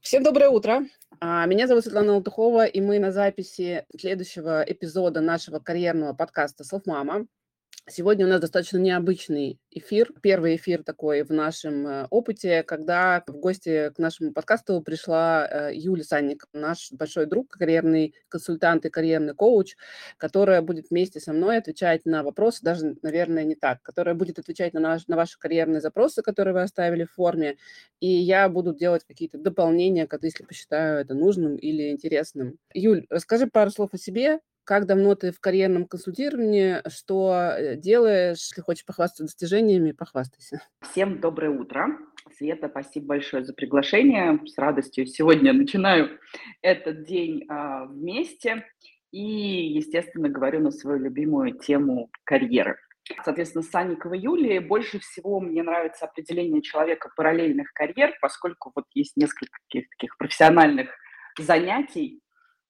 Всем доброе утро. Меня зовут Светлана Алтухова, и мы на записи следующего эпизода нашего карьерного подкаста «Селфмама». Сегодня у нас достаточно необычный эфир. Первый эфир такой в нашем опыте, когда в гости к нашему подкасту пришла Юля Санник, наш большой друг, карьерный консультант и карьерный коуч, которая будет вместе со мной отвечать на вопросы, даже, наверное, не так, которая будет отвечать на ваши карьерные запросы, которые вы оставили в форме, и я буду делать какие-то дополнения, если посчитаю это нужным или интересным. Юль, расскажи пару слов о себе. Как давно ты в карьерном консультировании? Что делаешь? Если хочешь похвастаться достижениями, похвастайся. Всем доброе утро. Света, спасибо большое за приглашение. С радостью сегодня начинаю этот день вместе и, естественно, говорю на свою любимую тему карьеры. Соответственно, с Санниковой Юлией больше всего мне нравится определение человека параллельных карьер, поскольку вот есть несколько таких профессиональных занятий,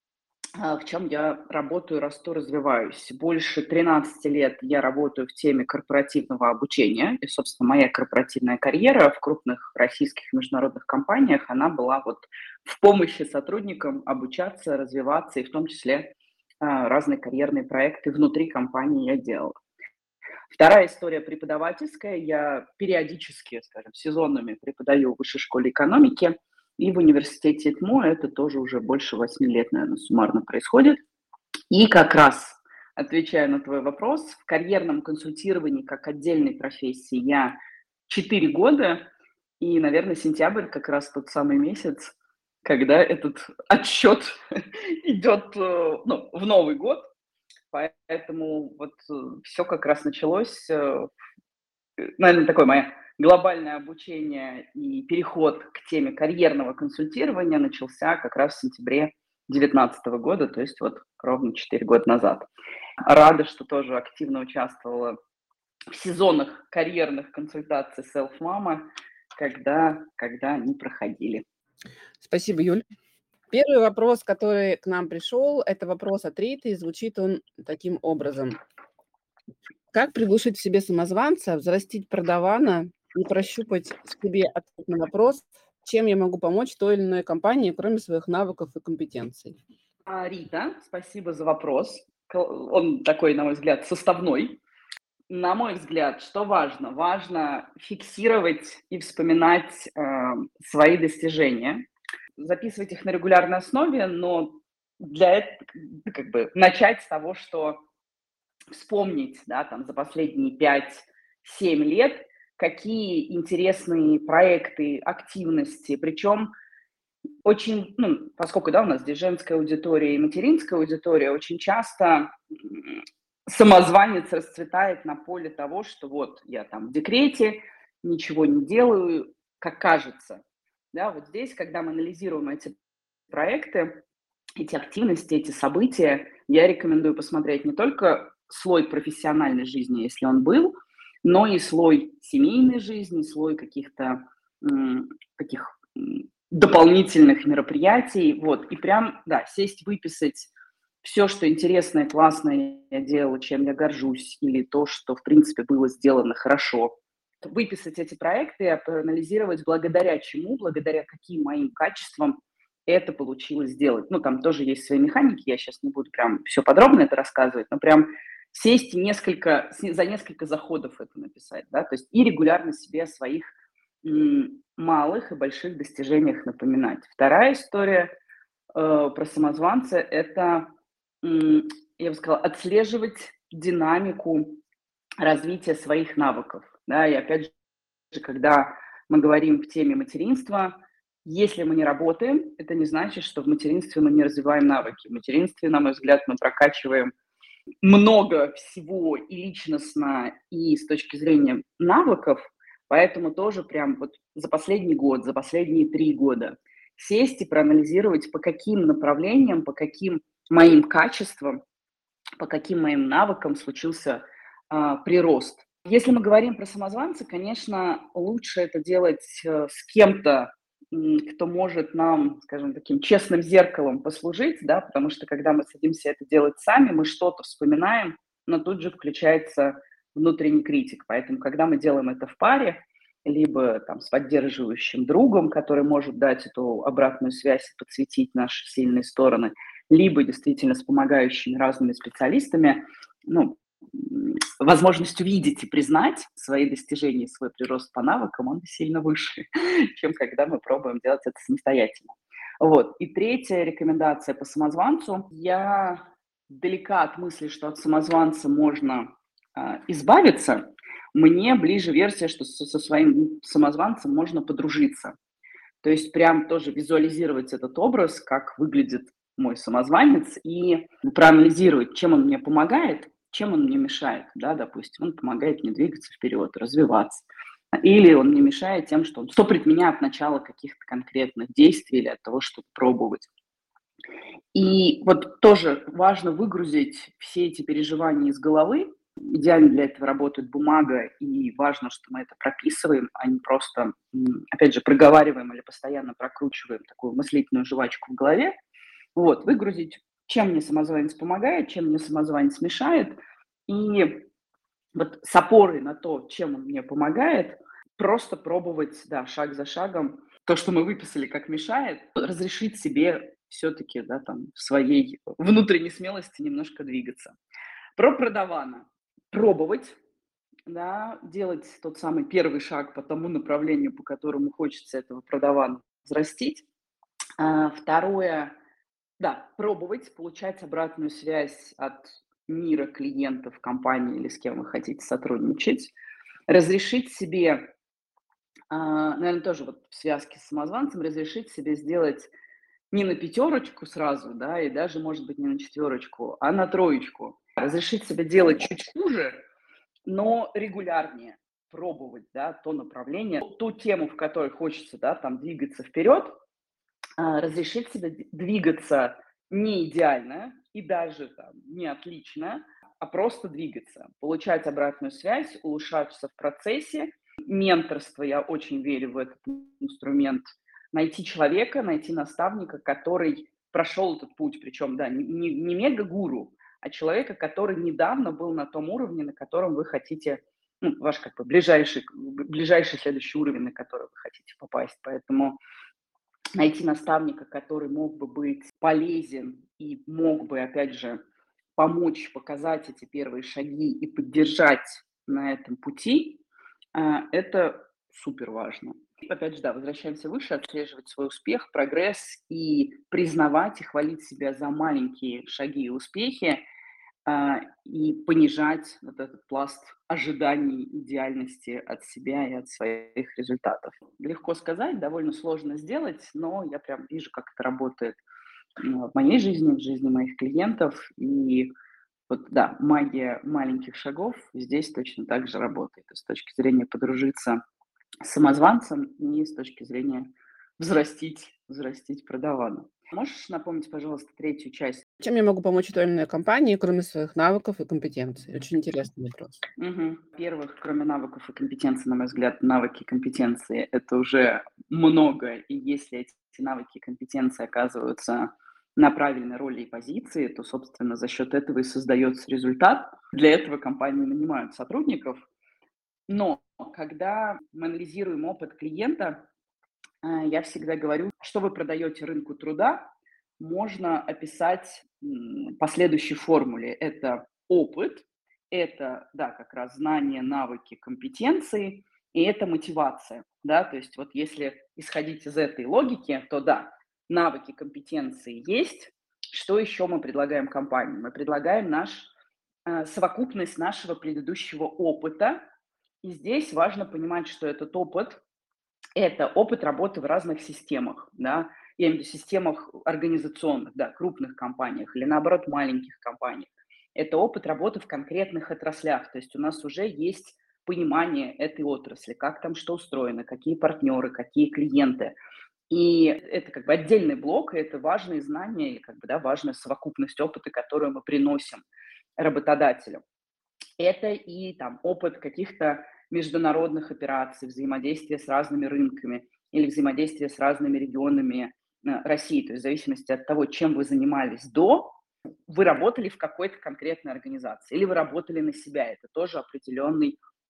в чем я работаю, расту, развиваюсь. Больше 13 лет я работаю в теме корпоративного обучения. И, собственно, моя корпоративная карьера в крупных российских международных компаниях, она была вот в помощи сотрудникам обучаться, развиваться, и в том числе разные карьерные проекты внутри компании я делала. Вторая история преподавательская. Я периодически, скажем, сезонами преподаю в Высшей школе экономики. И в университете ТМО это тоже уже больше 8 лет, наверное, суммарно происходит. И как раз, отвечая на твой вопрос, в карьерном консультировании как отдельной профессии я 4 года, и, наверное, сентябрь как раз тот самый месяц, когда этот отсчет идет в Новый год. Поэтому вот все как раз началось, наверное, такое мое глобальное обучение и переход к теме карьерного консультирования начался как раз в сентябре 2019 года, то есть вот ровно 4 года назад. Рада, что тоже активно участвовала в сезонах карьерных консультаций Self-Mama, когда они проходили. Спасибо, Юль. Первый вопрос, который к нам пришел, это вопрос от Риты, и звучит он таким образом. Как приглушить в себе самозванца, взрастить продавана и прощупать в себе ответ на вопрос, чем я могу помочь той или иной компании, кроме своих навыков и компетенций? Рита, спасибо за вопрос. Он такой, на мой взгляд, составной. На мой взгляд, что важно? Важно фиксировать и вспоминать свои достижения, записывать их на регулярной основе, но для этого начать с того, что вспомнить, да, там за последние 5-7 лет, какие интересные проекты, активности, причем очень, поскольку, да, у нас здесь женская аудитория и материнская аудитория, очень часто самозванец расцветает на поле того, что вот я там в декрете, ничего не делаю, как кажется. Да, вот здесь, когда мы анализируем эти проекты, эти активности, эти события, я рекомендую посмотреть не только слой профессиональной жизни, если он был, но и слой семейной жизни, слой каких-то таких дополнительных мероприятий, вот, и прям, да, сесть, выписать все, что интересное, классное я делала, чем я горжусь, или то, что, в принципе, было сделано хорошо. Выписать эти проекты, проанализировать, благодаря чему, благодаря каким моим качествам это получилось сделать. Ну, там тоже есть свои механики, я сейчас не буду прям все подробно это рассказывать, но прям сесть за несколько заходов это написать, да, то есть и регулярно себе о своих малых и больших достижениях напоминать. Вторая история про самозванца – это, я бы сказала, отслеживать динамику развития своих навыков. Да, и опять же, когда мы говорим в теме материнства, если мы не работаем, это не значит, что в материнстве мы не развиваем навыки. В материнстве, на мой взгляд, мы прокачиваем много всего и личностно, и с точки зрения навыков, поэтому тоже прям вот за последний год, за последние 3 года сесть и проанализировать, по каким направлениям, по каким моим качествам, по каким моим навыкам случился прирост. Если мы говорим про самозванца, конечно, лучше это делать с кем-то, кто может нам, скажем, таким честным зеркалом послужить, да, потому что когда мы садимся это делать сами, мы что-то вспоминаем, но тут же включается внутренний критик. Поэтому, когда мы делаем это в паре, либо там с поддерживающим другом, который может дать эту обратную связь и подсветить наши сильные стороны, либо действительно с помогающими разными специалистами, ну, возможность увидеть и признать свои достижения, свой прирост по навыкам, он сильно выше, чем когда мы пробуем делать это самостоятельно. Вот. И третья рекомендация по самозванцу. Я далека от мысли, что от самозванца можно избавиться. Мне ближе версия, что со своим самозванцем можно подружиться. То есть прям тоже визуализировать этот образ, как выглядит мой самозванец, и проанализировать, чем он мне помогает, чем он мне мешает. Да, допустим, он помогает мне двигаться вперед, развиваться. Или он мне мешает тем, что он стопорит меня от начала каких-то конкретных действий или от того, чтобы пробовать. И вот тоже важно выгрузить все эти переживания из головы. Идеально для этого работает бумага, и важно, что мы это прописываем, а не просто, опять же, проговариваем или постоянно прокручиваем такую мыслительную жвачку в голове. Вот, выгрузить, чем мне самозванец помогает, чем мне самозванец мешает, и вот с опорой на то, чем он мне помогает, просто пробовать, да, шаг за шагом то, что мы выписали, как мешает, разрешить себе все-таки, да, там, в своей внутренней смелости немножко двигаться. Про продавана. Пробовать, да, делать тот самый первый шаг по тому направлению, по которому хочется этого продавана взрастить. Второе, да, пробовать, получать обратную связь от мира клиентов, компании или с кем вы хотите сотрудничать. Разрешить себе, наверное, тоже вот в связке с самозванцем, разрешить себе сделать не на пятерочку сразу, да, и даже, может быть, не на четверочку, а на троечку. Разрешить себе делать чуть хуже, но регулярнее пробовать, да, то направление, ту тему, в которой хочется, да, там двигаться вперед, разрешить себе двигаться не идеально и даже там, не отлично, а просто двигаться, получать обратную связь, улучшаться в процессе. Менторство, я очень верю в этот инструмент. Найти человека, найти наставника, который прошел этот путь, причем, да, не мега-гуру, а человека, который недавно был на том уровне, на котором вы хотите, ну, ваш как бы ближайший следующий уровень, на который вы хотите попасть. Поэтому найти наставника, который мог бы быть полезен и мог бы, опять же, помочь показать эти первые шаги и поддержать на этом пути, это супер важно. Опять же, да, возвращаемся выше, отслеживать свой успех, прогресс и признавать и хвалить себя за маленькие шаги и успехи, и понижать вот этот пласт ожиданий идеальности от себя и от своих результатов. Легко сказать, довольно сложно сделать, но я прям вижу, как это работает в моей жизни, в жизни моих клиентов. И вот, да, магия маленьких шагов здесь точно так же работает. И с точки зрения подружиться с самозванцем и с точки зрения взрастить продавана. Можешь напомнить, пожалуйста, третью часть? Чем я могу помочь той или иной компании, кроме своих навыков и компетенций? Очень интересный вопрос. Во-первых, кроме навыков и компетенций, на мой взгляд, навыки и компетенции – это уже много. И если эти навыки и компетенции оказываются на правильной роли и позиции, то, собственно, за счет этого и создается результат. Для этого компании нанимают сотрудников. Но когда мы анализируем опыт клиента, я всегда говорю, что вы продаете рынку труда, можно описать по следующей формуле. Это опыт, это, да, как раз знания, навыки, компетенции, и это мотивация, да, то есть вот если исходить из этой логики, то да, навыки, компетенции есть. Что еще мы предлагаем компании? Мы предлагаем совокупность нашего предыдущего опыта, и здесь важно понимать, что этот опыт – это опыт работы в разных системах, да, я имею в виду системах организационных, да, крупных компаниях или, наоборот, маленьких компаниях. Это опыт работы в конкретных отраслях, то есть у нас уже есть понимание этой отрасли, как там что устроено, какие партнеры, какие клиенты. И это как бы отдельный блок, и это важные знания или как бы, да, важная совокупность опыта, которую мы приносим работодателю. Это и там опыт каких-то международных операций, взаимодействия с разными рынками или взаимодействия с разными регионами России. То есть в зависимости от того, чем вы занимались до, вы работали в какой-то конкретной организации или вы работали на себя. Это тоже определенный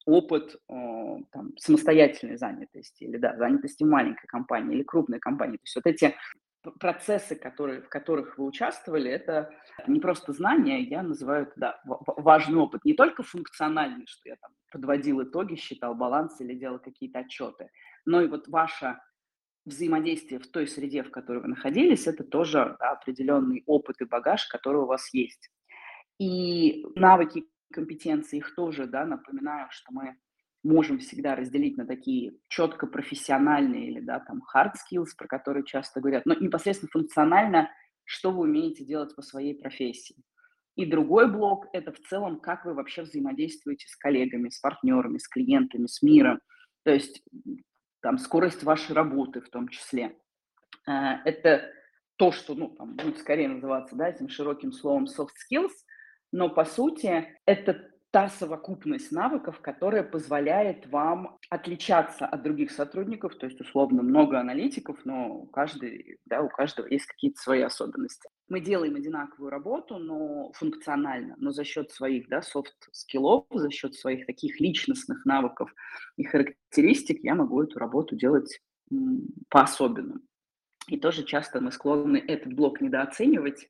опыт там, самостоятельной занятости или да, занятости в маленькой компании или крупной компании. То есть вот эти процессы, в которых вы участвовали, это не просто знания, я называю это да, важный опыт. Не только функциональный, что я там подводил итоги, считал баланс или делал какие-то отчеты, но и вот ваше взаимодействие в той среде, в которой вы находились, это тоже да, определенный опыт и багаж, который у вас есть. И навыки, компетенции, их тоже, да, напоминаю, что мы можем всегда разделить на такие четко профессиональные или, да, там, hard skills, про которые часто говорят, но непосредственно функционально, что вы умеете делать по своей профессии. И другой блок– это в целом, как вы вообще взаимодействуете с коллегами, с партнерами, с клиентами, с миром. То есть там скорость вашей работы в том числе. Это то, что, ну, там, будет скорее называться, да, этим широким словом soft skills, но по сути это та совокупность навыков, которая позволяет вам отличаться от других сотрудников, то есть условно много аналитиков, но у каждого есть какие-то свои особенности. Мы делаем одинаковую работу, но функционально, но за счет своих, да, софт-скиллов, за счет своих таких личностных навыков и характеристик я могу эту работу делать по-особенному. И тоже часто мы склонны этот блок недооценивать.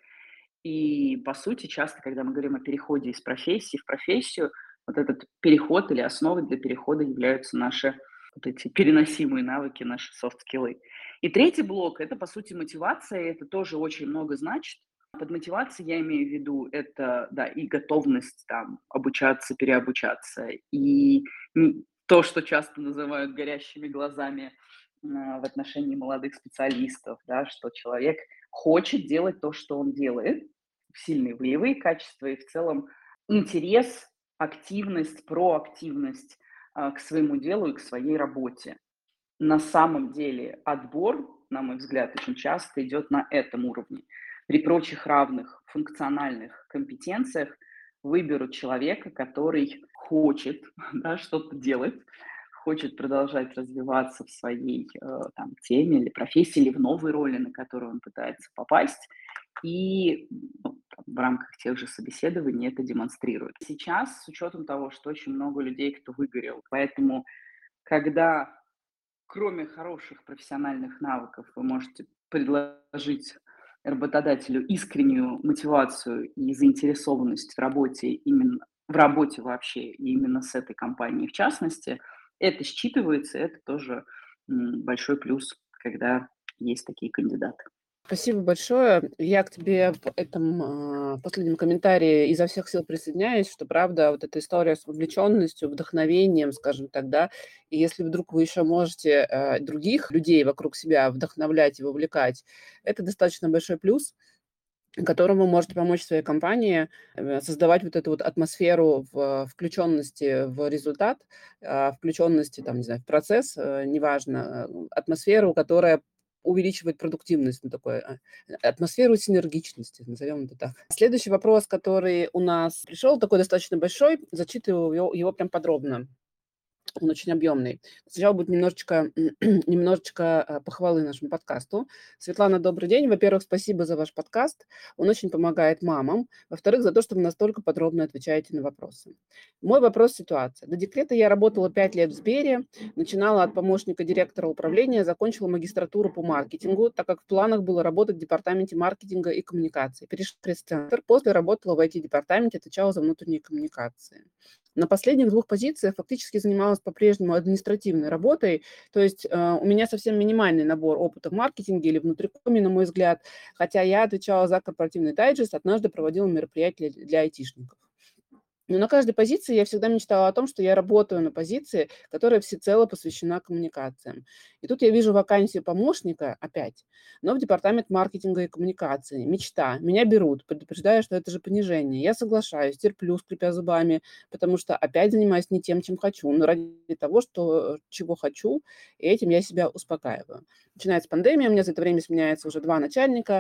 И, по сути, часто, когда мы говорим о переходе из профессии в профессию, вот этот переход или основой для перехода являются наши вот эти переносимые навыки, наши софт-скиллы. И третий блок– это, по сути, мотивация, и это тоже очень много значит. Под мотивацией я имею в виду это, да, и готовность там обучаться, переобучаться, и то, что часто называют горящими глазами в отношении молодых специалистов, да, что человек хочет делать то, что он делает, сильные волевые качества и в целом интерес, активность, проактивность к своему делу и к своей работе. На самом деле отбор, на мой взгляд, очень часто идет на этом уровне. При прочих равных функциональных компетенциях выберут человека, который хочет да, что-то делать, хочет продолжать развиваться в своей там, теме или профессии, или в новой роли, на которую он пытается попасть, и ну, в рамках тех же собеседований это демонстрирует. Сейчас, с учетом того, что очень много людей, кто выгорел, поэтому когда кроме хороших профессиональных навыков вы можете предложить работодателю искреннюю мотивацию и заинтересованность в работе, именно в работе вообще, и именно с этой компанией в частности, это считывается, это тоже большой плюс, когда есть такие кандидаты. Спасибо большое. Я к тебе в этом последнем комментарии изо всех сил присоединяюсь, что правда вот эта история с вовлеченностью, вдохновением, скажем так, да, и если вдруг вы еще можете других людей вокруг себя вдохновлять и вовлекать, это достаточно большой плюс, которым вы можете помочь своей компании создавать вот эту вот атмосферу включенности в результат, включенности, там, не знаю, в процесс, неважно, атмосферу, которая увеличивает продуктивность, ну, такой, атмосферу синергичности, назовем это так. Следующий вопрос, который у нас пришел, такой достаточно большой, зачитываю его прям подробно. Он очень объемный. Сначала будет немножечко похвалы нашему подкасту. Светлана, добрый день. Во-первых, спасибо за ваш подкаст. Он очень помогает мамам. Во-вторых, за то, что вы настолько подробно отвечаете на вопросы. Мой вопрос – ситуация. До декрета я работала 5 лет в Сбере, начинала от помощника директора управления, закончила магистратуру по маркетингу, так как в планах было работать в департаменте маркетинга и коммуникации. Перешла в пресс-центр, после работала в IT-департаменте, отвечала за внутренние коммуникации. На последних 2 позициях фактически занималась по-прежнему административной работой, то есть у меня совсем минимальный набор опыта в маркетинге или внутрикоме, на мой взгляд, хотя я отвечала за корпоративный дайджест, однажды проводила мероприятия для айтишников. Но на каждой позиции я всегда мечтала о том, что я работаю на позиции, которая всецело посвящена коммуникациям. И тут я вижу вакансию помощника опять, но в департамент маркетинга и коммуникации. Мечта. Меня берут, предупреждаю, что это же понижение. Я соглашаюсь, терплю, скрипя зубами, потому что опять занимаюсь не тем, чем хочу, но ради того, чего хочу, и этим я себя успокаиваю. Начинается пандемия, у меня за это время сменяется уже 2 начальника,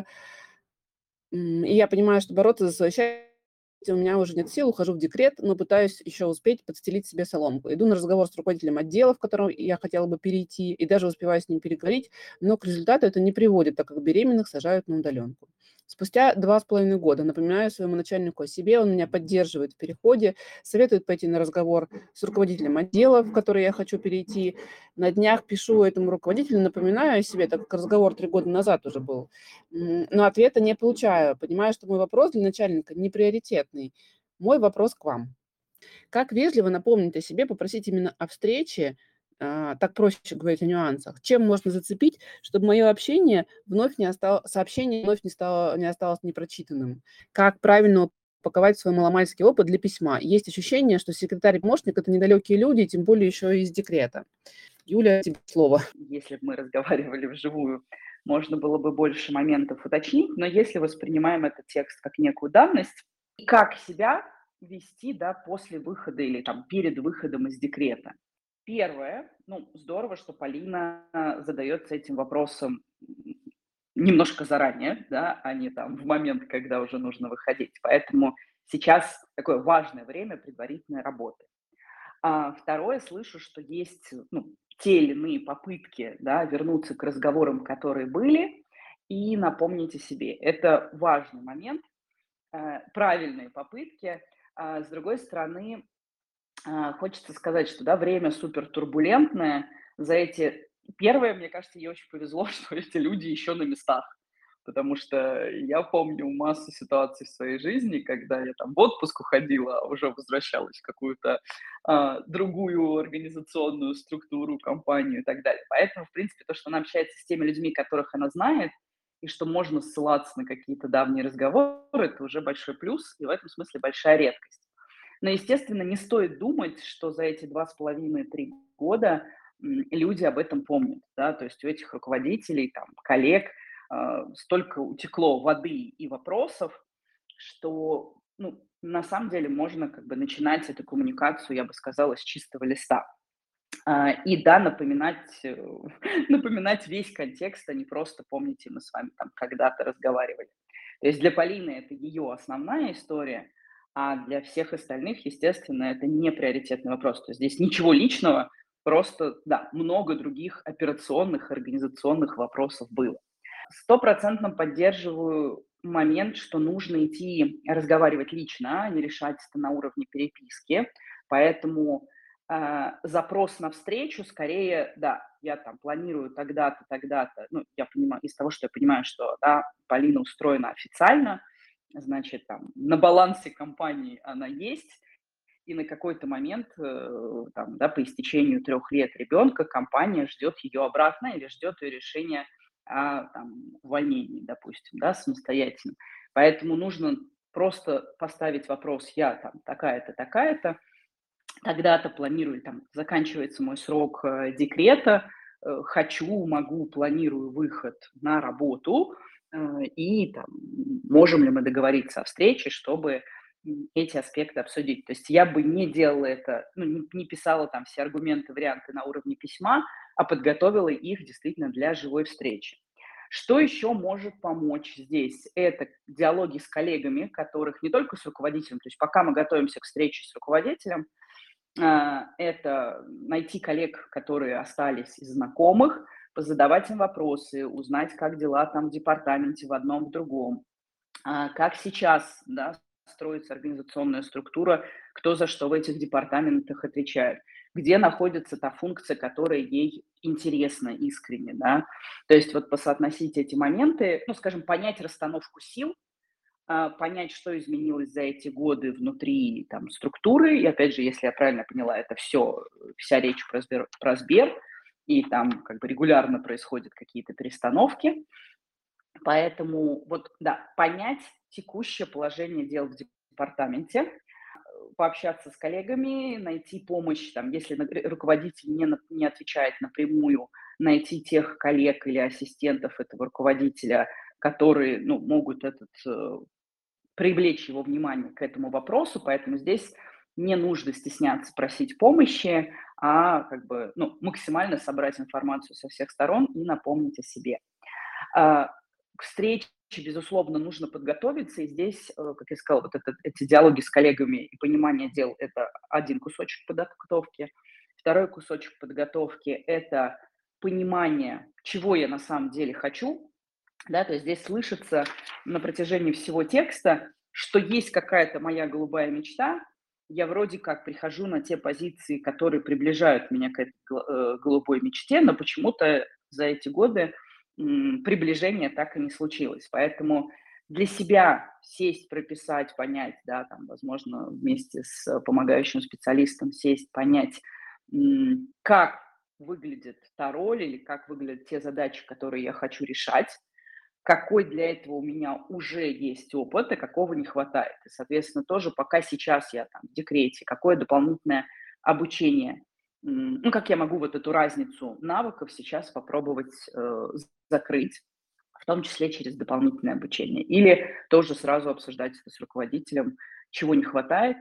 и я понимаю, что бороться за свое счастье у меня уже нет сил, ухожу в декрет, но пытаюсь еще успеть подстелить себе соломку. Иду на разговор с руководителем отдела, в который я хотела бы перейти, и даже успеваю с ним переговорить, но к результату это не приводит, так как беременных сажают на удаленку. Спустя 2,5 года напоминаю своему начальнику о себе, он меня поддерживает в переходе, советует пойти на разговор с руководителем отдела, в который я хочу перейти. На днях пишу этому руководителю, напоминаю о себе, так как разговор 3 года назад уже был. Но ответа не получаю. Понимаю, что мой вопрос для начальника не приоритетный. Мой вопрос к вам. Как вежливо напомнить о себе, попросить именно о встрече, так проще говорить о нюансах? Чем можно зацепить, чтобы мое общение вновь не осталось, сообщение вновь не осталось непрочитанным? Как правильно упаковать свой маломальский опыт для письма? Есть ощущение, что секретарь и помощник – это недалекие люди, тем более еще и из декрета. Юля, тебе слово. Если бы мы разговаривали вживую, можно было бы больше моментов уточнить, но если воспринимаем этот текст как некую данность, как себя вести, да, после выхода или там перед выходом из декрета. Первое, ну, здорово, что Полина задается этим вопросом немножко заранее, да, а не там в момент, когда уже нужно выходить. Поэтому сейчас такое важное время предварительной работы. Второе, слышу, что есть, ну, те или иные попытки, да, вернуться к разговорам, которые были, и напомнить о себе. Это важный момент, правильные попытки. С другой стороны, хочется сказать, что, да, время супер турбулентное. За эти Первое, мне кажется, ей очень повезло, что эти люди еще на местах. Потому что я помню массу ситуаций в своей жизни, когда я там в отпуск уходила, а уже возвращалась в какую-то другую организационную структуру, компанию и так далее. Поэтому, в принципе, то, что она общается с теми людьми, которых она знает, и что можно ссылаться на какие-то давние разговоры, это уже большой плюс, и в этом смысле большая редкость. Но, естественно, не стоит думать, что за эти 2,5–3 года люди об этом помнят, да, то есть у этих руководителей, там, коллег столько утекло воды и вопросов, что, ну, на самом деле можно как бы начинать эту коммуникацию, я бы сказала, с чистого листа. И да, напоминать, напоминать весь контекст, а не просто помните, мы с вами там когда-то разговаривали. То есть для Полины это ее основная история, а для всех остальных, естественно, это не приоритетный вопрос. То есть здесь ничего личного, просто, да, много других операционных, организационных вопросов было. Стопроцентно поддерживаю момент, что нужно идти разговаривать лично, а не решать это на уровне переписки. Поэтому запрос на встречу скорее, да, я там планирую тогда-то, тогда-то. Ну, я понимаю, из того, что я понимаю, что, да, Полина устроена официально, значит, там, на балансе компании она есть, и на какой-то момент, там, да, по истечению 3 лет ребенка компания ждет ее обратно или ждет ее решения о там, увольнении, допустим, да, самостоятельно. Поэтому нужно просто поставить вопрос: я там такая-то, такая-то, тогда-то планирую, там, заканчивается мой срок декрета, хочу, могу, планирую выход на работу, и там, можем ли мы договориться о встрече, чтобы эти аспекты обсудить. То есть я бы не делала это, ну, не писала там все аргументы, варианты на уровне письма, а подготовила их действительно для живой встречи. Что еще может помочь здесь? Это диалоги с коллегами, которых не только с руководителем, то есть пока мы готовимся к встрече с руководителем, это найти коллег, которые остались из знакомых, позадавать им вопросы, узнать, как дела там в департаменте, в одном, в другом. Как сейчас, да, строится организационная структура, кто за что в этих департаментах отвечает, где находится та функция, которая ей интересна искренне, да. То есть вот посоотносить эти моменты, ну, скажем, понять расстановку сил, понять, что изменилось за эти годы внутри там структуры. И опять же, если я правильно поняла, это все, вся речь про Сбер, и там как бы регулярно происходят какие-то перестановки. Поэтому вот, да, понять текущее положение дел в департаменте, пообщаться с коллегами, найти помощь, там, если руководитель не отвечает напрямую, найти тех коллег или ассистентов этого руководителя, которые, ну, могут привлечь его внимание к этому вопросу, поэтому здесь не нужно стесняться просить помощи, а как бы, ну, максимально собрать информацию со всех сторон и напомнить о себе. К встрече, безусловно, нужно подготовиться, и здесь, как я сказала, вот эти диалоги с коллегами и понимание дел – это один кусочек подготовки. Второй кусочек подготовки – это понимание, чего я на самом деле хочу, Да, то есть здесь слышится на протяжении всего текста, что есть какая-то моя голубая мечта, я вроде как прихожу на те позиции, которые приближают меня к этой голубой мечте, но почему-то за эти годы приближение так и не случилось. Поэтому для себя сесть, прописать, понять, да, там, возможно, вместе с помогающим специалистом сесть, понять, как выглядит та роль или как выглядят те задачи, которые я хочу решать, какой для этого у меня уже есть опыт и какого не хватает. И, соответственно, тоже пока сейчас я там в декрете, какое дополнительное обучение, ну, как я могу вот эту разницу навыков сейчас попробовать закрыть, в том числе через дополнительное обучение. Или тоже сразу обсуждать это с руководителем, чего не хватает,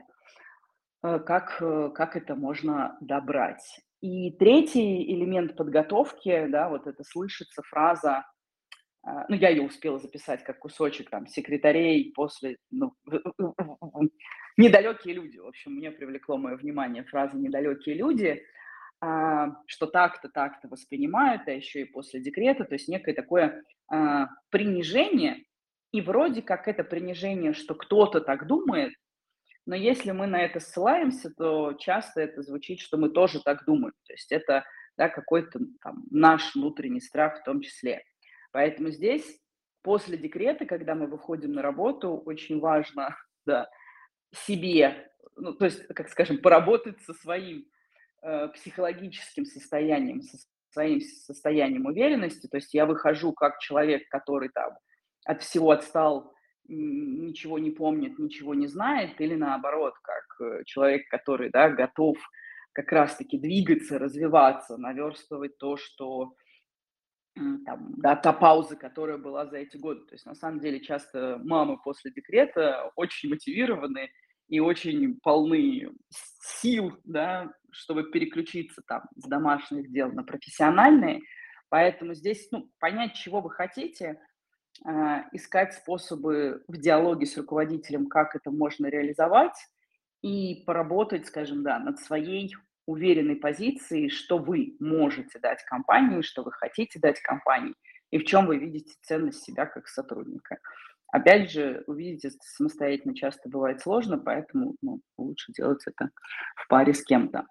как это можно добрать. И третий элемент подготовки, да, вот это слышится фраза, ну, я ее успела записать как кусочек там секретарей после, ну, недалекие люди. В общем, мне привлекло мое внимание фраза «недалекие люди», что так-то, так-то воспринимают, а еще и после декрета, то есть некое такое принижение, и вроде как это принижение, что кто-то так думает, но если мы на это ссылаемся, то часто это звучит, что мы тоже так думаем. То есть это, да, какой-то там наш внутренний страх в том числе. Поэтому здесь после декрета, когда мы выходим на работу, очень важно, да, себе, ну, то есть, как скажем, поработать со своим психологическим состоянием, со своим состоянием уверенности. То есть я выхожу как человек, который там от всего отстал, ничего не помнит, ничего не знает, или наоборот, как человек, который, да, готов как раз-таки двигаться, развиваться, наверстывать то, что там, да, та пауза, которая была за эти годы. То есть на самом деле часто мамы после декрета очень мотивированы и очень полны сил, да, чтобы переключиться там с домашних дел на профессиональные. Поэтому здесь, ну, понять, чего вы хотите, искать способы в диалоге с руководителем, как это можно реализовать, и поработать, скажем, да, над своей уверенной позицией, что вы можете дать компании, что вы хотите дать компании, и в чем вы видите ценность себя как сотрудника. Опять же, увидеть это самостоятельно часто бывает сложно, поэтому ну, лучше делать это в паре с кем-то.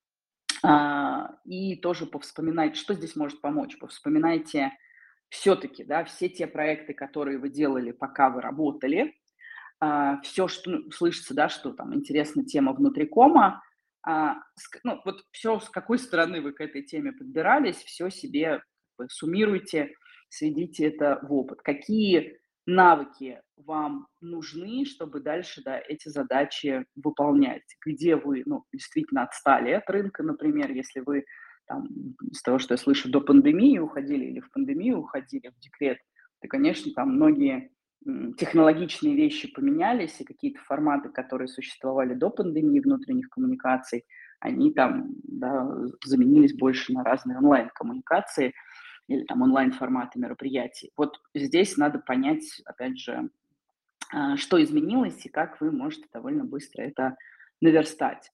И тоже повспоминать, что здесь может помочь. Повспоминайте все-таки, да, все те проекты, которые вы делали, пока вы работали, все, что ну, слышится, да, что там интересна тема внутрикома, ну, вот все, с какой стороны вы к этой теме подбирались, все себе как бы суммируйте, сведите это в опыт. Какие навыки вам нужны, чтобы дальше, да, эти задачи выполнять? Где вы, ну, действительно отстали от рынка, например, если вы там, из того, что я слышу, до пандемии уходили или в пандемию уходили, в декрет, то, конечно, там многие технологичные вещи поменялись, и какие-то форматы, которые существовали до пандемии внутренних коммуникаций, они там, да, заменились больше на разные онлайн-коммуникации или там онлайн-форматы мероприятий. Вот здесь надо понять, опять же, что изменилось и как вы можете довольно быстро это наверстать.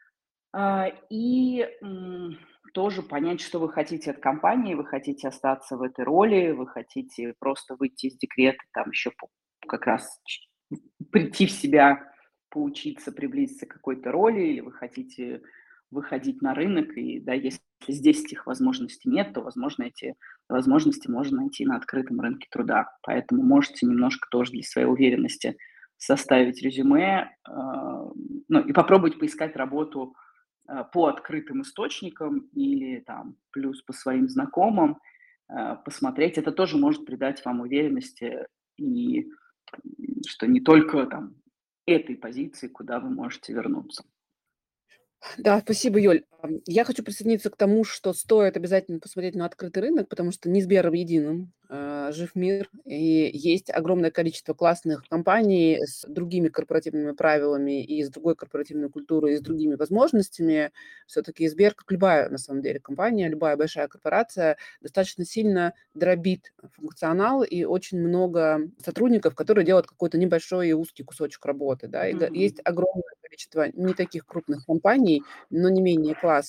И тоже понять, что вы хотите от компании. Вы хотите остаться в этой роли, вы хотите просто выйти из декрета, там еще как раз прийти в себя, поучиться, приблизиться к какой-то роли, или вы хотите выходить на рынок, и да, если здесь этих возможностей нет, то, возможно, эти возможности можно найти на открытом рынке труда. Поэтому можете немножко тоже для своей уверенности составить резюме, ну, и попробовать поискать работу по открытым источникам или там плюс по своим знакомым, посмотреть. Это тоже может придать вам уверенности и что не только там этой позиции, куда вы можете вернуться. Да, спасибо, Юль. Я хочу присоединиться к тому, что стоит обязательно посмотреть на открытый рынок, потому что не Сбером единым жив мир, и есть огромное количество классных компаний с другими корпоративными правилами и с другой корпоративной культурой, и с другими возможностями. Все-таки Сбер, как любая, на самом деле, компания, любая большая корпорация, достаточно сильно дробит функционал, и очень много сотрудников, которые делают какой-то небольшой и узкий кусочек работы, да, и Мгм. есть огромное количество не таких крупных компаний, но не менее классных.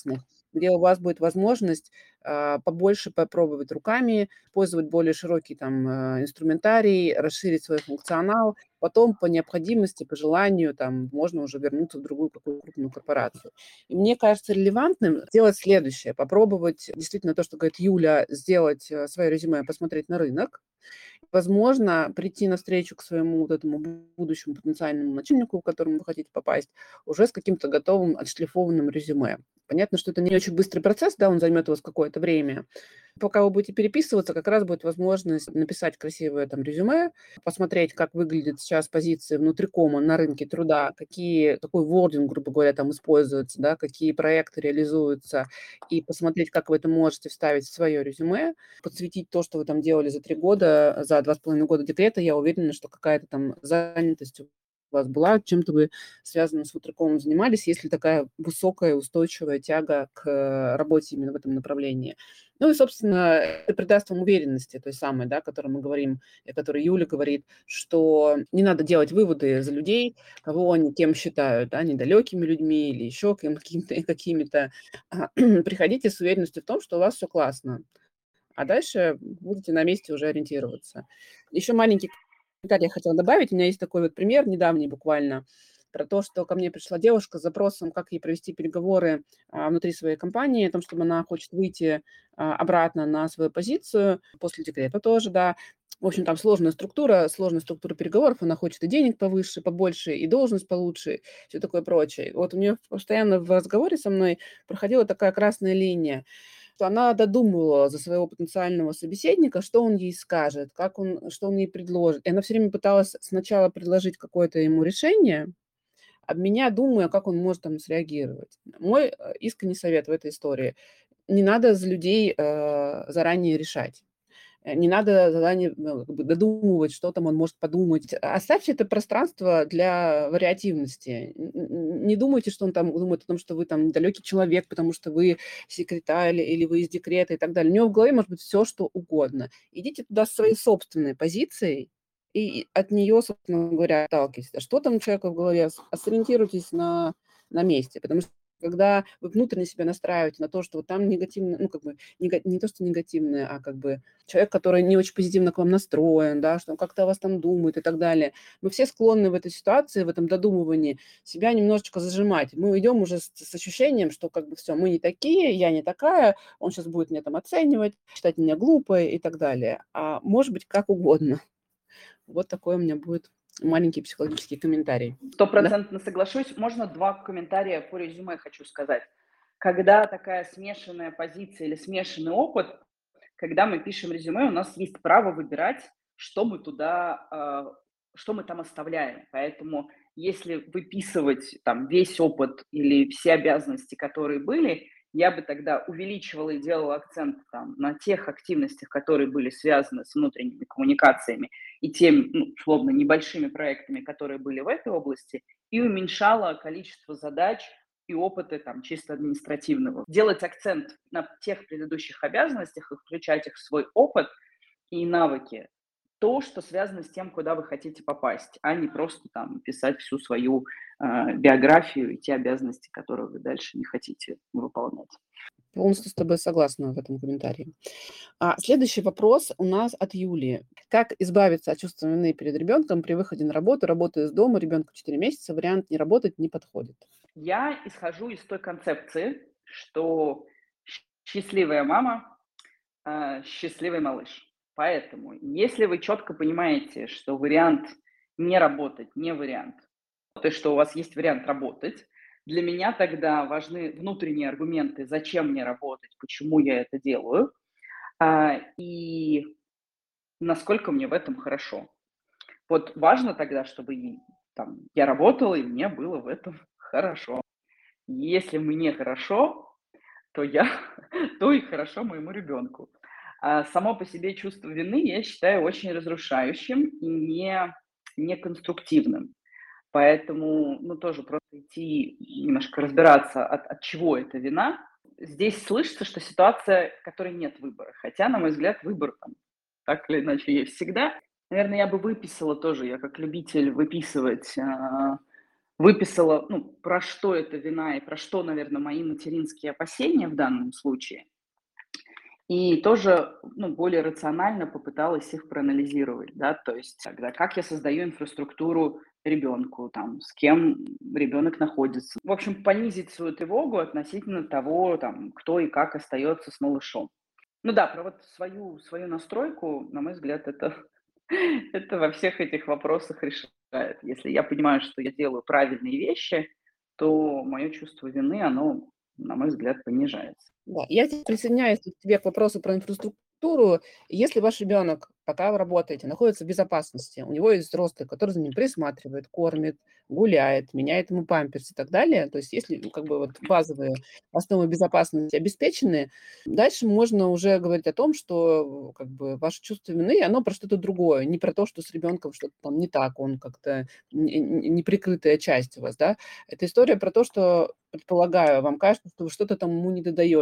где у вас будет возможность побольше попробовать руками, использовать более широкий там инструментарий, расширить свой функционал. Потом по необходимости, по желанию, там, можно уже вернуться в другую какую-то крупную корпорацию. И мне кажется релевантным сделать следующее. Попробовать действительно то, что говорит Юля, сделать свое резюме, посмотреть на рынок. Возможно, прийти навстречу к своему вот этому будущему потенциальному начальнику, к которому вы хотите попасть, уже с каким-то готовым, отшлифованным резюме. Понятно, что это не очень быстрый процесс, да, он займет у вас какое-то время. Пока вы будете переписываться, как раз будет возможность написать красивое там резюме, посмотреть, как выглядит сейчас позиция внутрикома на рынке труда, какой вординг, грубо говоря, там используется, да, какие проекты реализуются, и посмотреть, как вы это можете вставить в свое резюме, подсветить то, что вы там делали за 3 года, за 2,5 года декрета. Я уверена, что какая-то там занятость у вас была, чем-то вы связанным с внутрикомом занимались, если такая высокая устойчивая тяга к работе именно в этом направлении. Ну и, собственно, это придаст вам уверенности той самой, да, о которой мы говорим, и о которой Юля говорит, что не надо делать выводы за людей, кого они кем считают, да, недалекими людьми или еще какими-то. Приходите с уверенностью в том, что у вас все классно, а дальше будете на месте уже ориентироваться. Еще маленький комментарий я хотела добавить. У меня есть такой вот пример недавний буквально про то, что ко мне пришла девушка с запросом, как ей провести переговоры внутри своей компании, о том, чтобы она хочет выйти обратно на свою позицию после декрета тоже, да. В общем, там сложная структура переговоров, она хочет и денег повыше, побольше, и должность получше, все такое прочее. Вот у нее постоянно в разговоре со мной проходила такая красная линия, что она додумывала за своего потенциального собеседника, что он ей скажет, что он ей предложит. И она все время пыталась сначала предложить какое-то ему решение, об меня думая, как он может там среагировать. Мой искренний совет в этой истории: не надо за людей заранее решать. Не надо заранее как бы додумывать, что там он может подумать. Оставьте это пространство для вариативности. Не думайте, что он там думает о том, что вы там недалекий человек, потому что вы секретарь или вы из декрета и так далее. У него в голове может быть все, что угодно. Идите туда со своей собственной позицией и от нее, собственно говоря, отталкивайтесь. А что там у человека в голове? Сориентируйтесь на месте, потому что когда вы внутренне себя настраиваете на то, что вот там негативно, ну, как бы, не то, что негативное, а как бы человек, который не очень позитивно к вам настроен, да, что он как-то о вас там думает и так далее. Мы все склонны в этой ситуации, в этом додумывании себя немножечко зажимать. Мы идем уже с ощущением, что как бы все, мы не такие, я не такая, он сейчас будет меня там оценивать, считать меня глупой и так далее. А может быть, как угодно. Вот такой у меня будет маленький психологический комментарий. Да? 100% соглашусь. Можно 2 комментария по резюме хочу сказать. Когда такая смешанная позиция или смешанный опыт, когда мы пишем резюме, у нас есть право выбирать, что мы что мы там оставляем. Поэтому если выписывать там весь опыт или все обязанности, которые были, я бы тогда увеличивала и делала акцент там на тех активностях, которые были связаны с внутренними коммуникациями и тем, ну, условно, небольшими проектами, которые были в этой области, и уменьшала количество задач и опыта там чисто административного. Делать акцент на тех предыдущих обязанностях и включать их в свой опыт и навыки, то, что связано с тем, куда вы хотите попасть, а не просто там писать всю свою биографию и те обязанности, которые вы дальше не хотите выполнять. Полностью с тобой согласна в этом комментарии. Следующий вопрос у нас от Юлии. Как избавиться от чувства вины перед ребенком при выходе на работу, работая из дома, ребенку 4 месяца, вариант не работать не подходит? Я исхожу из той концепции, что счастливая мама, счастливый малыш. Поэтому, если вы четко понимаете, что вариант не работать не вариант, то есть что у вас есть вариант работать, для меня тогда важны внутренние аргументы, зачем мне работать, почему я это делаю, и насколько мне в этом хорошо. Вот важно тогда, чтобы там, я работала, и мне было в этом хорошо. Если мне хорошо, то то и хорошо моему ребенку. Само по себе чувство вины я считаю очень разрушающим и не конструктивным. Поэтому, ну, тоже просто идти немножко разбираться, от чего эта вина. Здесь слышится, что ситуация, в которой нет выбора. Хотя, на мой взгляд, выбор там так или иначе есть всегда. Наверное, я бы выписала тоже, я как любитель выписывать выписала, ну, про что эта вина и про что, наверное, мои материнские опасения в данном случае. И тоже, ну, более рационально попыталась их проанализировать, да, то есть тогда как я создаю инфраструктуру ребенку, там, с кем ребенок находится. В общем, понизить свою тревогу относительно того, там, кто и как остается с малышом. Ну да, про вот свою настройку, на мой взгляд, это, это во всех этих вопросах решает. Если я понимаю, что я делаю правильные вещи, то мое чувство вины, оно, на мой взгляд, понижается. Да, я здесь присоединяюсь к тебе к вопросу про инфраструктуру. Если ваш ребенок, пока вы работаете, находится в безопасности, у него есть взрослый, который за ним присматривает, кормит, гуляет, меняет ему памперс и так далее, то есть если, ну, как бы вот базовые основы безопасности обеспечены, дальше можно уже говорить о том, что как бы ваше чувство вины, оно про что-то другое, не про то, что с ребенком что-то там не так, он как-то неприкрытая часть у вас, да. Это история про то, что, предполагаю, вам кажется, что вы что-то там ему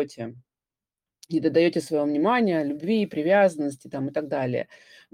не додаете своего внимания, любви, привязанности там и так далее.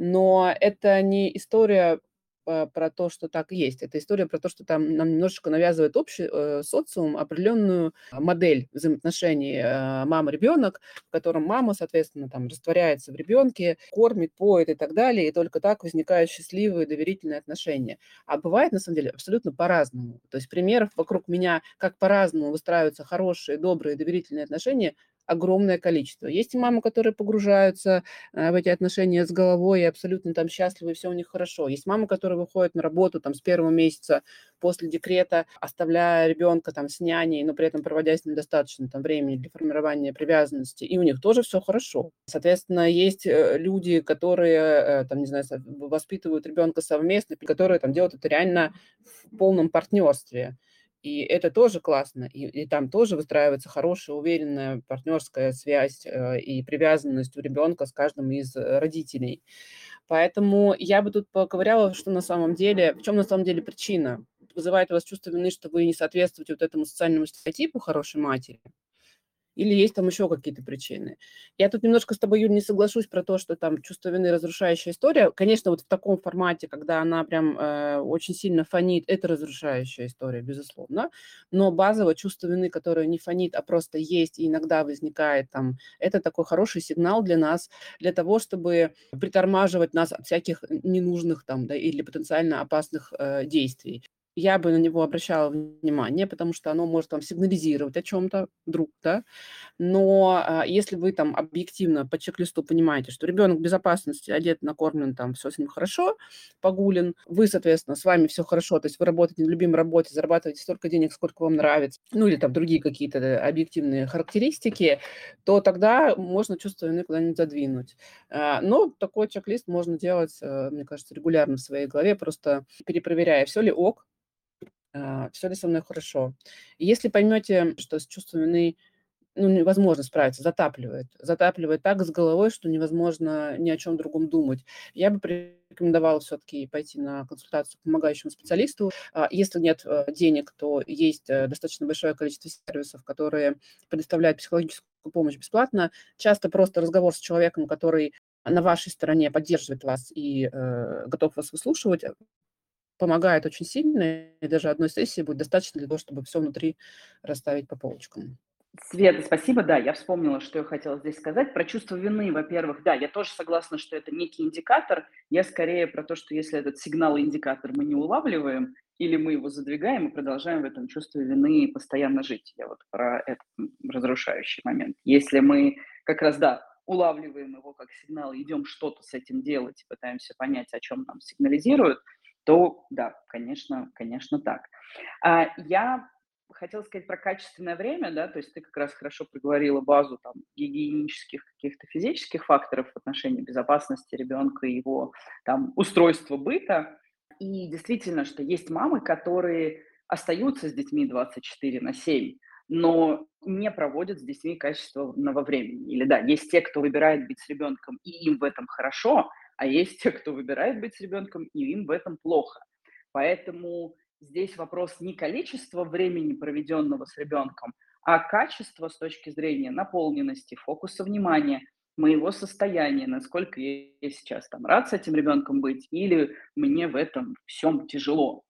Но это не история, про то, что так и есть. Это история про то, что там нам немножечко навязывает общий, социум определенную модель взаимоотношений, мама-ребенок, в котором мама, соответственно, там растворяется в ребенке, кормит, поет и так далее, и только так возникают счастливые доверительные отношения. А бывает, на самом деле, абсолютно по-разному. То есть примеров вокруг меня, как по-разному выстраиваются хорошие, добрые, доверительные отношения, огромное количество. Есть и мамы, которые погружаются, в эти отношения с головой и абсолютно там счастливы, и всё у них хорошо. Есть мамы, которые выходят на работу там с первого месяца после декрета, оставляя ребенка там с няней, но при этом проводя с ним достаточно там времени для формирования привязанности, и у них тоже все хорошо. Соответственно, есть, люди, которые, там, не знаю, воспитывают ребенка совместно, которые там делают это реально в полном партнерстве. И это тоже классно. И там тоже выстраивается хорошая, уверенная партнерская связь, и привязанность у ребенка с каждым из, родителей. Поэтому я бы тут поковыряла, что на самом деле в чем на самом деле причина. Вызывает у вас чувство вины, что вы не соответствуете вот этому социальному стереотипу хорошей матери? Или есть там еще какие-то причины? Я тут немножко с тобой, Юль, не соглашусь про то, что там чувство вины разрушающая история. Конечно, вот в таком формате, когда она прям очень сильно фонит, это разрушающая история, безусловно. Но базовое чувство вины, которое не фонит, а просто есть и иногда возникает там, это такой хороший сигнал для нас, для того, чтобы притормаживать нас от всяких ненужных там, да, или потенциально опасных действий. Я бы на него обращала внимание, потому что оно может вам сигнализировать о чем-то вдруг, да, но, если вы там объективно по чек-листу понимаете, что ребенок в безопасности, одет, накормлен, там все с ним хорошо, погулен, вы, соответственно, с вами все хорошо, то есть вы работаете на любимой работе, зарабатываете столько денег, сколько вам нравится, ну или там другие какие-то, объективные характеристики, то тогда можно чувство вины куда-нибудь задвинуть. Но такой чек-лист можно делать, мне кажется, регулярно в своей голове, просто перепроверяя, все ли ок, все ли со мной хорошо. И если поймете, что с чувством вины ну, невозможно справиться, затапливает. Затапливает так с головой, что невозможно ни о чем другом думать. Я бы порекомендовала все-таки пойти на консультацию к помогающему специалисту. Если нет денег, то есть достаточно большое количество сервисов, которые предоставляют психологическую помощь бесплатно. Часто просто разговор с человеком, который на вашей стороне поддерживает вас и готов вас выслушивать, помогает очень сильно, и даже одной сессии будет достаточно для того, чтобы все внутри расставить по полочкам. Света, спасибо. Да, я вспомнила, что я хотела здесь сказать. Про чувство вины, во-первых, да, я тоже согласна, что это некий индикатор. Я скорее про то, что если этот сигнал и индикатор мы не улавливаем, или мы его задвигаем и продолжаем в этом чувстве вины постоянно жить. Я вот про этот разрушающий момент. Если мы как раз, да, улавливаем его как сигнал, идем что-то с этим делать, пытаемся понять, о чем нам сигнализируют, то да, конечно, конечно так. Я хотела сказать про качественное время, да, то есть ты как раз хорошо проговорила базу там гигиенических каких-то физических факторов в отношении безопасности ребенка и его там устройства быта. И действительно, что есть мамы, которые остаются с детьми 24/7, но не проводят с детьми качественного времени. Или да, есть те, кто выбирает быть с ребенком, и им в этом хорошо, а есть те, кто выбирает быть с ребенком, и им в этом плохо. Поэтому здесь вопрос не количества времени, проведенного с ребенком, а качество с точки зрения наполненности, фокуса внимания, моего состояния, насколько я сейчас там рад с этим ребенком быть, или мне в этом всем тяжело.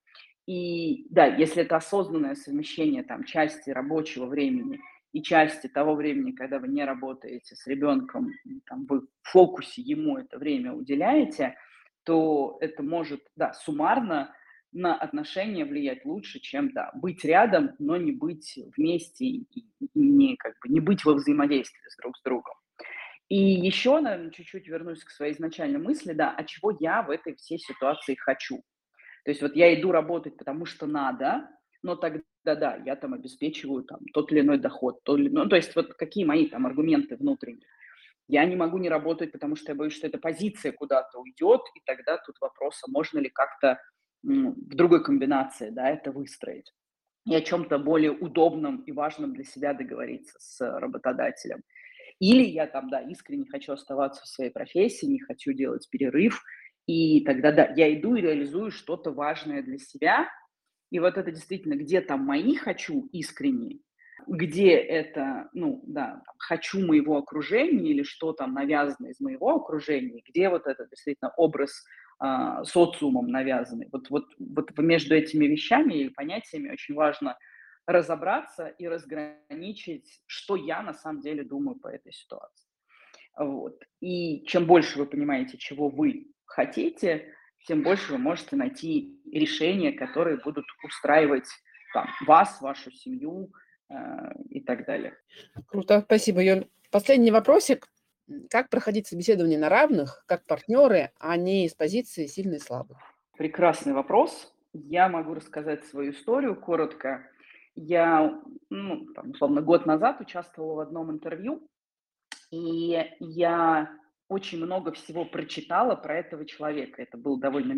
И да, если это осознанное совмещение там части рабочего времени и части того времени, когда вы не работаете с ребенком, там, вы в фокусе ему это время уделяете, то это может, да, суммарно на отношения влиять лучше, чем, да, быть рядом, но не быть вместе и не, как бы, не быть во взаимодействии друг с другом. И еще, наверное, чуть-чуть вернусь к своей изначальной мысли, да, а чего я в этой всей ситуации хочу. То есть вот я иду работать, потому что надо, но тогда да, я там обеспечиваю там тот или иной доход, то или иной, ну, то есть вот какие мои там аргументы внутренние. Я не могу не работать, потому что я боюсь, что эта позиция куда-то уйдет, и тогда тут вопрос, а можно ли как-то в другой комбинации, да, это выстроить. И о чем-то более удобном и важном для себя договориться с работодателем. Или я там, да, искренне хочу оставаться в своей профессии, не хочу делать перерыв, и тогда, да, я иду и реализую что-то важное для себя. И вот это действительно, где там мои «хочу» искренние, где это, ну, да, там, «хочу» моего окружения или что там навязано из моего окружения, где вот это действительно образ социумом навязанный. Вот между этими вещами или понятиями очень важно разобраться и разграничить, что я на самом деле думаю по этой ситуации. Вот. И чем больше вы понимаете, чего вы хотите, тем больше вы можете найти решения, которые будут устраивать там, вас, вашу семью и так далее. Круто, спасибо, Юль. Последний вопросик. Как проходить собеседование на равных, как партнеры, а не из позиции сильный и слабый? Прекрасный вопрос. Я могу рассказать свою историю коротко. Я, ну, там, условно, год назад участвовала в одном интервью, и я очень много всего прочитала про этого человека. Это был довольно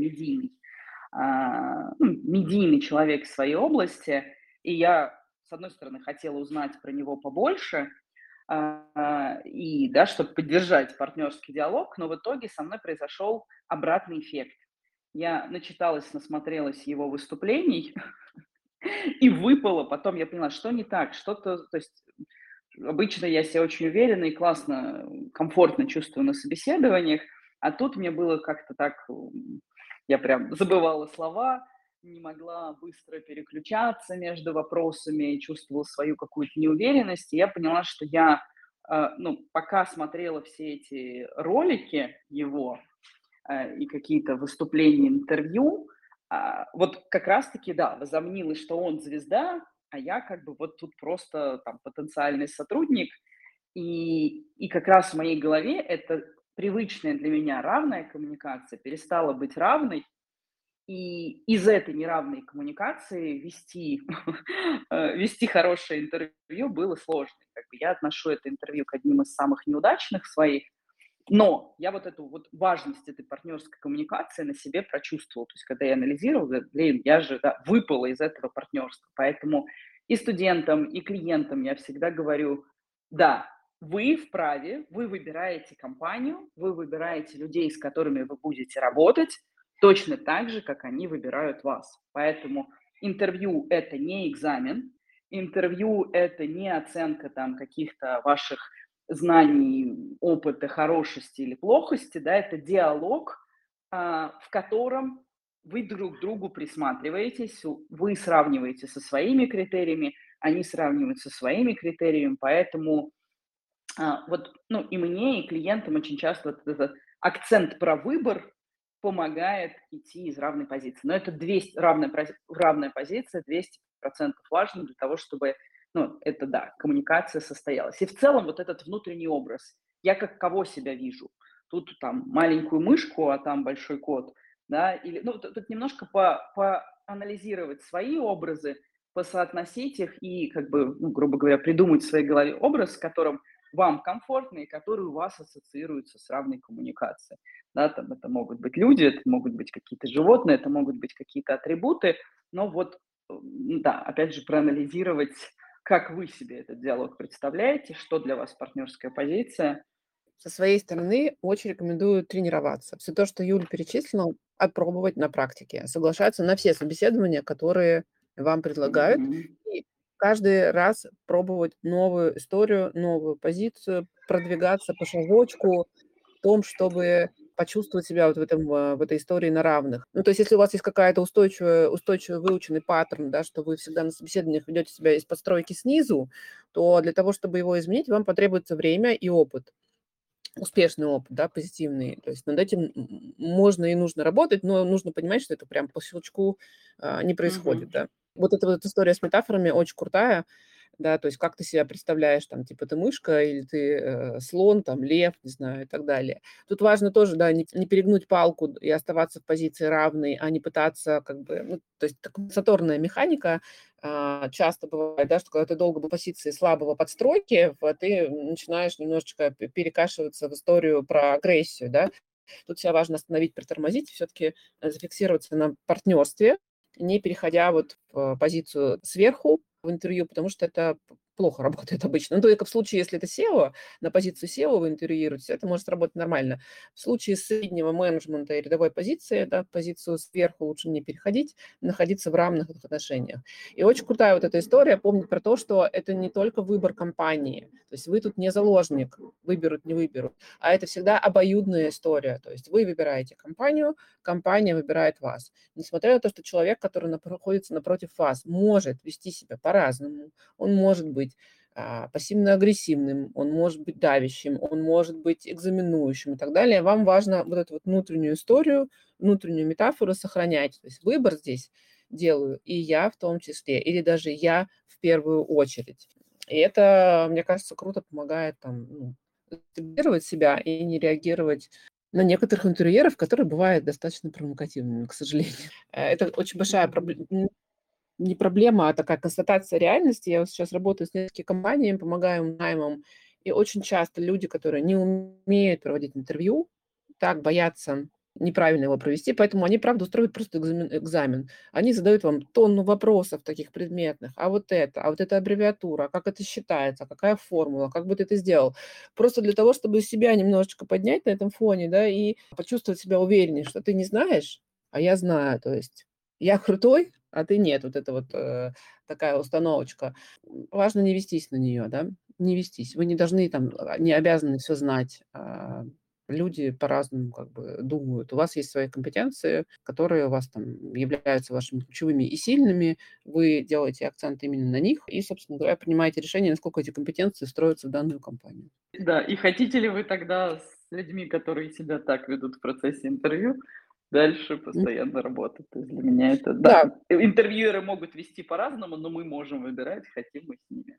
медийный человек в своей области. И я, с одной стороны, хотела узнать про него побольше, и, да, чтобы поддержать партнерский диалог, но в итоге со мной произошел обратный эффект. Я начиталась, насмотрелась его выступлений и выпала. Потом я поняла, что не так, что-то, то есть обычно я себя очень уверенно и классно, комфортно чувствую на собеседованиях, а тут мне было как-то так, я прям забывала слова, не могла быстро переключаться между вопросами, чувствовала свою какую-то неуверенность. И я поняла, что я, ну, пока смотрела все эти ролики его, и какие-то выступления, интервью, вот как раз-таки, да, возомнилось, что он звезда, а я как бы вот тут просто там потенциальный сотрудник. И как раз в моей голове эта привычная для меня равная коммуникация перестала быть равной, и из этой неравной коммуникации вести хорошее интервью было сложно. Как бы я отношу это интервью к одним из самых неудачных своих, но я вот эту вот важность этой партнерской коммуникации на себе прочувствовала. То есть когда я анализировала, говорю: блин, я же, да, выпала из этого партнерства. Поэтому и студентам, и клиентам я всегда говорю: да, вы вправе, вы выбираете компанию, вы выбираете людей, с которыми вы будете работать, точно так же, как они выбирают вас. Поэтому интервью – это не экзамен, интервью – это не оценка там каких-то ваших знаний, опыта, хорошести или плохости, да, это диалог, в котором вы друг к другу присматриваетесь, вы сравниваете со своими критериями, они сравнивают со своими критериями, поэтому вот, ну, и мне, и клиентам очень часто вот этот акцент про выбор помогает идти из равной позиции. Но это 200, равная позиция 200% важно для того, чтобы, ну, это да, коммуникация состоялась. И в целом вот этот внутренний образ. Я как кого себя вижу? Тут там маленькую мышку, а там большой кот, да, или, ну, тут немножко поанализировать свои образы, посоотносить их и, как бы, ну, грубо говоря, придумать в своей голове образ, с которым вам комфортно и который у вас ассоциируется с равной коммуникацией. Да, там это могут быть люди, это могут быть какие-то животные, это могут быть какие-то атрибуты, но вот, да, опять же, проанализировать, как вы себе этот диалог представляете, что для вас партнерская позиция. Со своей стороны очень рекомендую тренироваться. Все то, что Юля перечислила, опробовать на практике, соглашаться на все собеседования, которые вам предлагают, Мгм. и каждый раз пробовать новую историю, новую позицию, продвигаться по шажочку в том, чтобы почувствовать себя вот в этой истории на равных. Ну, то есть если у вас есть какая-то устойчивый выученный паттерн, да, что вы всегда на собеседованиях ведете себя из подстройки снизу, то для того, чтобы его изменить, вам потребуется время и опыт. Успешный опыт, да, позитивный. То есть над этим можно и нужно работать, но нужно понимать, что это прям по щелчку не происходит, Мгм. да. Вот эта вот история с метафорами очень крутая, да, то есть как ты себя представляешь, там, типа, ты мышка или ты слон, там, лев, не знаю, и так далее. Тут важно тоже, да, не перегнуть палку и оставаться в позиции равной, а не пытаться, как бы, ну, то есть компенсаторная механика часто бывает, да, что когда ты долго был в позиции слабого подстройки, ты начинаешь немножечко перекашиваться в историю про агрессию, да. Тут себя важно остановить, притормозить, все-таки зафиксироваться на партнерстве, не переходя вот в позицию сверху в интервью, потому что это плохо работает обычно. Ну, только в случае, если это SEO, на позицию SEO вы интервьюируете, это может работать нормально. В случае среднего менеджмента и рядовой позиции, да, позицию сверху лучше не переходить, находиться в равных отношениях. И очень крутая вот эта история, помнить про то, что это не только выбор компании, то есть вы тут не заложник, выберут, не выберут, а это всегда обоюдная история. То есть вы выбираете компанию, компания выбирает вас. Несмотря на то, что человек, который находится напротив вас, может вести себя по-разному, он может быть пассивно-агрессивным, он может быть давящим, он может быть экзаменующим и так далее. Вам важно вот эту вот внутреннюю историю, внутреннюю метафору сохранять. То есть выбор здесь делаю и я в том числе, или даже я в первую очередь. И это, мне кажется, круто помогает там, стабилизировать себя и не реагировать на некоторых интерьеров, которые бывают достаточно провокативными, к сожалению. Это очень большая проблема, не проблема, а такая констатация реальности. Я вот сейчас работаю с несколькими компаниями, помогаю им наймам, и очень часто люди, которые не умеют проводить интервью, так боятся неправильно его провести, поэтому они, правда, устраивают просто экзамен. Они задают вам тонну вопросов таких предметных. А вот эта аббревиатура, как это считается, какая формула, как бы ты это сделал. Просто для того, чтобы себя немножечко поднять на этом фоне, да, и почувствовать себя увереннее, что ты не знаешь, а я знаю. То есть я крутой, а ты нет. Вот это вот такая установочка. Важно не вестись на нее, да, не вестись. Вы не должны там, не обязаны все знать. Люди по-разному как бы думают. У вас есть свои компетенции, которые у вас там являются вашими ключевыми и сильными. Вы делаете акцент именно на них и, собственно говоря, принимаете решение, насколько эти компетенции встроятся в данную компанию. Да, и хотите ли вы тогда с людьми, которые себя так ведут в процессе интервью, дальше постоянно работать? То есть для меня это, да, Да, интервьюеры могут вести по-разному, но мы можем выбирать, хотим мы с ними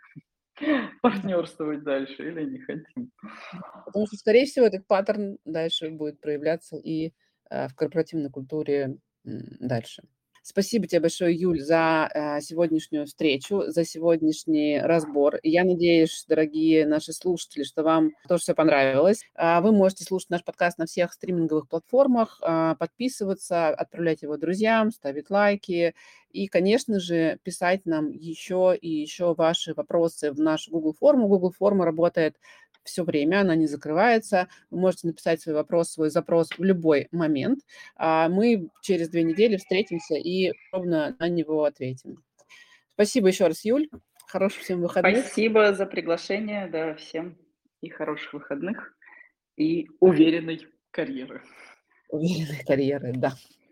да. партнерствовать дальше или не хотим. Потому что, скорее всего, этот паттерн дальше будет проявляться и в корпоративной культуре дальше. Спасибо тебе большое, Юль, за сегодняшнюю встречу, за сегодняшний разбор. Я надеюсь, дорогие наши слушатели, что вам тоже все понравилось. Вы можете слушать наш подкаст на всех стриминговых платформах, подписываться, отправлять его друзьям, ставить лайки и, конечно же, писать нам еще и еще ваши вопросы в нашу Google форму. Google форма работает все время, она не закрывается. Вы можете написать свой вопрос, свой запрос в любой момент. Мы через 2 недели встретимся и ровно на него ответим. Спасибо еще раз, Юль. Хороших всем выходных. Спасибо за приглашение, да, всем и хороших выходных, и уверенной карьеры. Уверенной карьеры, да.